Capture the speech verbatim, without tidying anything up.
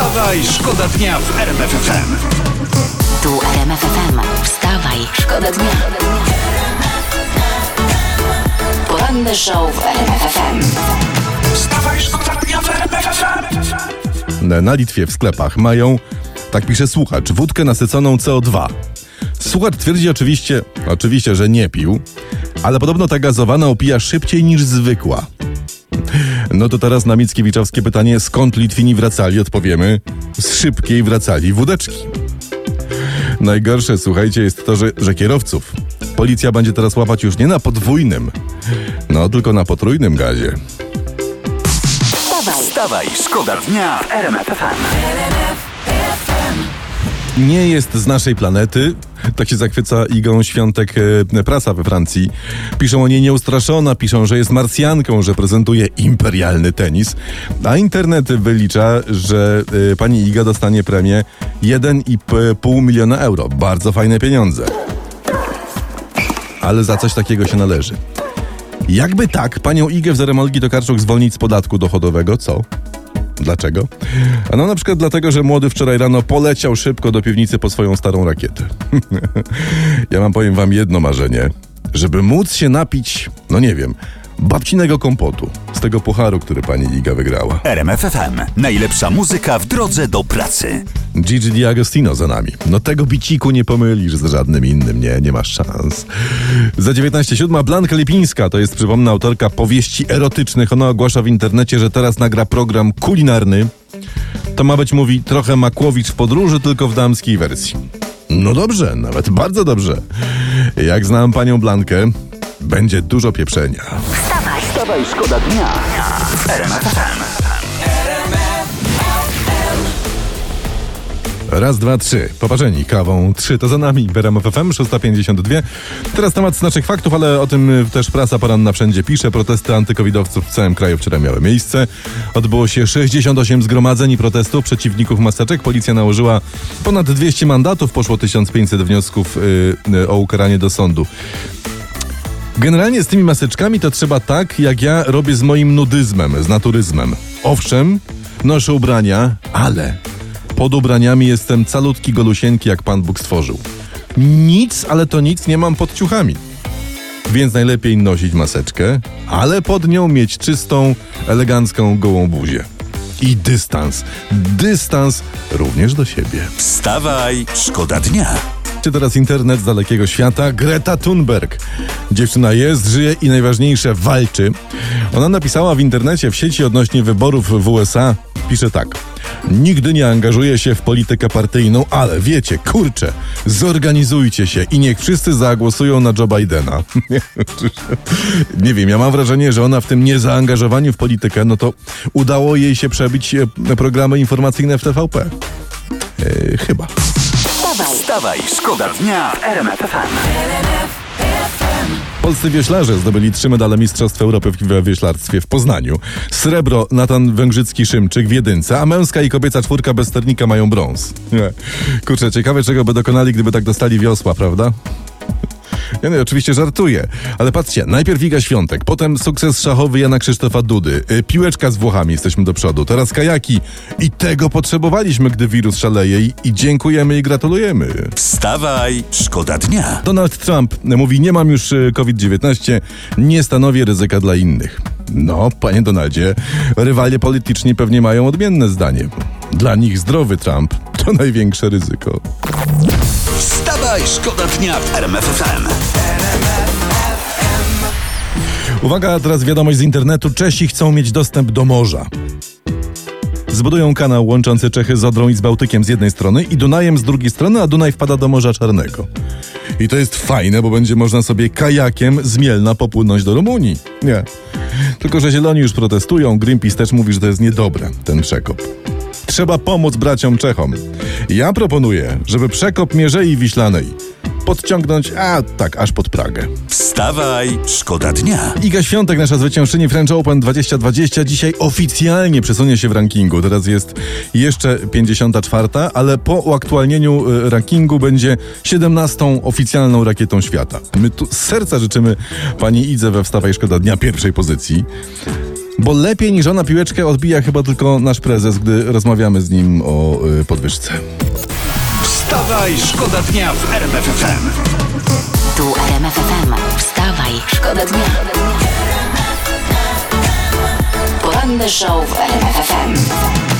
Wstawaj, szkoda dnia w R M F F M. Tu R M F F M. Wstawaj, szkoda dnia. Poranny show w R M F F M. Wstawaj, szkoda dnia w R M F F M. Na Litwie w sklepach mają, tak pisze słuchacz, wódkę nasyconą C O dwa. Słuchacz twierdzi oczywiście, oczywiście, że nie pił, ale podobno ta gazowana opija szybciej niż zwykła. No to teraz na mickiewiczowskie pytanie, skąd Litwini wracali, odpowiemy: z szybkiej wracali wódeczki. Najgorsze, słuchajcie, jest to, że, że kierowców policja będzie teraz łapać już nie na podwójnym, no tylko na potrójnym gazie. Wstawaj, Wstawaj, szkoda dnia w R M F F M. Nie jest z naszej planety. Tak się zachwyca Igą Świątek e, prasa we Francji. Piszą o niej nieustraszona, piszą, że jest marsjanką, że prezentuje imperialny tenis. A internet wylicza, że e, pani Iga dostanie premię jeden i pół miliona euro. Bardzo fajne pieniądze. Ale za coś takiego się należy. Jakby tak, panią Igę w Zaremolgi Tokarczuk zwolnić z podatku dochodowego, co? Dlaczego? A no na przykład dlatego, że młody wczoraj rano poleciał szybko do piwnicy po swoją starą rakietę. Ja mam, powiem wam, jedno marzenie. Żeby móc się napić, no nie wiem, babcinego kompotu z tego pucharu, który pani Iga wygrała. R M F F M. Najlepsza muzyka w drodze do pracy. Gigi D'Agostino za nami. No tego biciku nie pomylisz z żadnym innym, nie, nie masz szans. Za dziewiętnaście siódma Blanka Lipińska, to jest, przypomnę, autorka powieści erotycznych. Ona ogłasza w internecie, że teraz nagra program kulinarny. To ma być, mówi, trochę Makłowicz w podróży, tylko w damskiej wersji. No dobrze, nawet bardzo dobrze. Jak znam panią Blankę, będzie dużo pieprzenia. wstawaj, Wstawaj, szkoda dnia w R M F F M. Raz, dwa, trzy. Poparzeni kawą. Trzy to za nami. W R M F F M, szósta pięćdziesiąt dwa. Teraz temat z naszych faktów, ale o tym też prasa poranna wszędzie pisze. Protesty antykowidowców w całym kraju wczoraj miały miejsce. Odbyło się sześćdziesiąt osiem zgromadzeń i protestów przeciwników maseczek. Policja nałożyła ponad dwieście mandatów. Poszło tysiąc pięćset wniosków yy, o ukaranie do sądu. Generalnie z tymi maseczkami to trzeba tak, jak ja robię z moim nudyzmem, z naturyzmem. Owszem, noszę ubrania, ale pod ubraniami jestem calutki, golusieńki, jak Pan Bóg stworzył. Nic, ale to nic nie mam pod ciuchami. Więc najlepiej nosić maseczkę, ale pod nią mieć czystą, elegancką, gołą buzię. I dystans. Dystans również do siebie. Wstawaj, szkoda dnia. Czy teraz internet z dalekiego świata? Greta Thunberg. Dziewczyna jest, żyje i najważniejsze, walczy. Ona napisała w internecie, w sieci odnośnie wyborów w U S A. Pisze tak: nigdy nie angażuję się w politykę partyjną, ale wiecie, kurczę, zorganizujcie się i niech wszyscy zagłosują na Joe Bidena. Nie wiem, ja mam wrażenie, że ona w tym niezaangażowaniu w politykę, no to udało jej się przebić programy informacyjne w T V P. Yy, chyba. Wstawaj, szkoda dnia w R M F F M. Polscy wioślarze zdobyli trzy medale Mistrzostw Europy w wioślarstwie w Poznaniu. Srebro Natan Węgrzycki-Szymczyk w jedynce, a męska i kobieca czwórka bez sternika mają brąz. Nie. Kurczę, ciekawe, czego by dokonali, gdyby tak dostali wiosła, prawda? Ja no, oczywiście żartuję, ale patrzcie, najpierw Iga Świątek, potem sukces szachowy Jana Krzysztofa Dudy, y, piłeczka z Włochami, jesteśmy do przodu, teraz kajaki i tego potrzebowaliśmy, gdy wirus szaleje i, i dziękujemy i gratulujemy. Wstawaj, szkoda dnia. Donald Trump mówi: nie mam już COVID dziewiętnaście, nie stanowię ryzyka dla innych. No, panie Donaldzie, rywale polityczni pewnie mają odmienne zdanie. Dla nich zdrowy Trump to największe ryzyko. Wstawaj, szkoda dnia w R M F F M. Uwaga, teraz wiadomość z internetu. Czesi chcą mieć dostęp do morza. Zbudują kanał łączący Czechy z Odrą i z Bałtykiem z jednej strony i Dunajem z drugiej strony, a Dunaj wpada do Morza Czarnego. I to jest fajne, bo będzie można sobie kajakiem z Mielna popłynąć do Rumunii. Nie. Tylko że zieloni już protestują, Greenpeace też mówi, że to jest niedobre, ten przekop. Trzeba pomóc braciom Czechom. Ja proponuję, żeby przekop Mierzei Wiślanej podciągnąć, a tak, aż pod Pragę. Wstawaj, szkoda dnia. Iga Świątek, nasza zwyciężczyni French Open dwadzieścia dwadzieścia, dzisiaj oficjalnie przesunie się w rankingu. Teraz jest jeszcze pięćdziesiąta czwarta, ale po uaktualnieniu rankingu będzie siedemnastą oficjalną rakietą świata. My tu z serca życzymy pani Idze we Wstawaj, szkoda dnia pierwszej pozycji. Bo lepiej niż ona piłeczkę odbija chyba tylko nasz prezes, gdy rozmawiamy z nim o y, podwyżce. Wstawaj, szkoda dnia w R M F F M. Tu R M F F M. Wstawaj, szkoda dnia. Poranny show w R M F F M.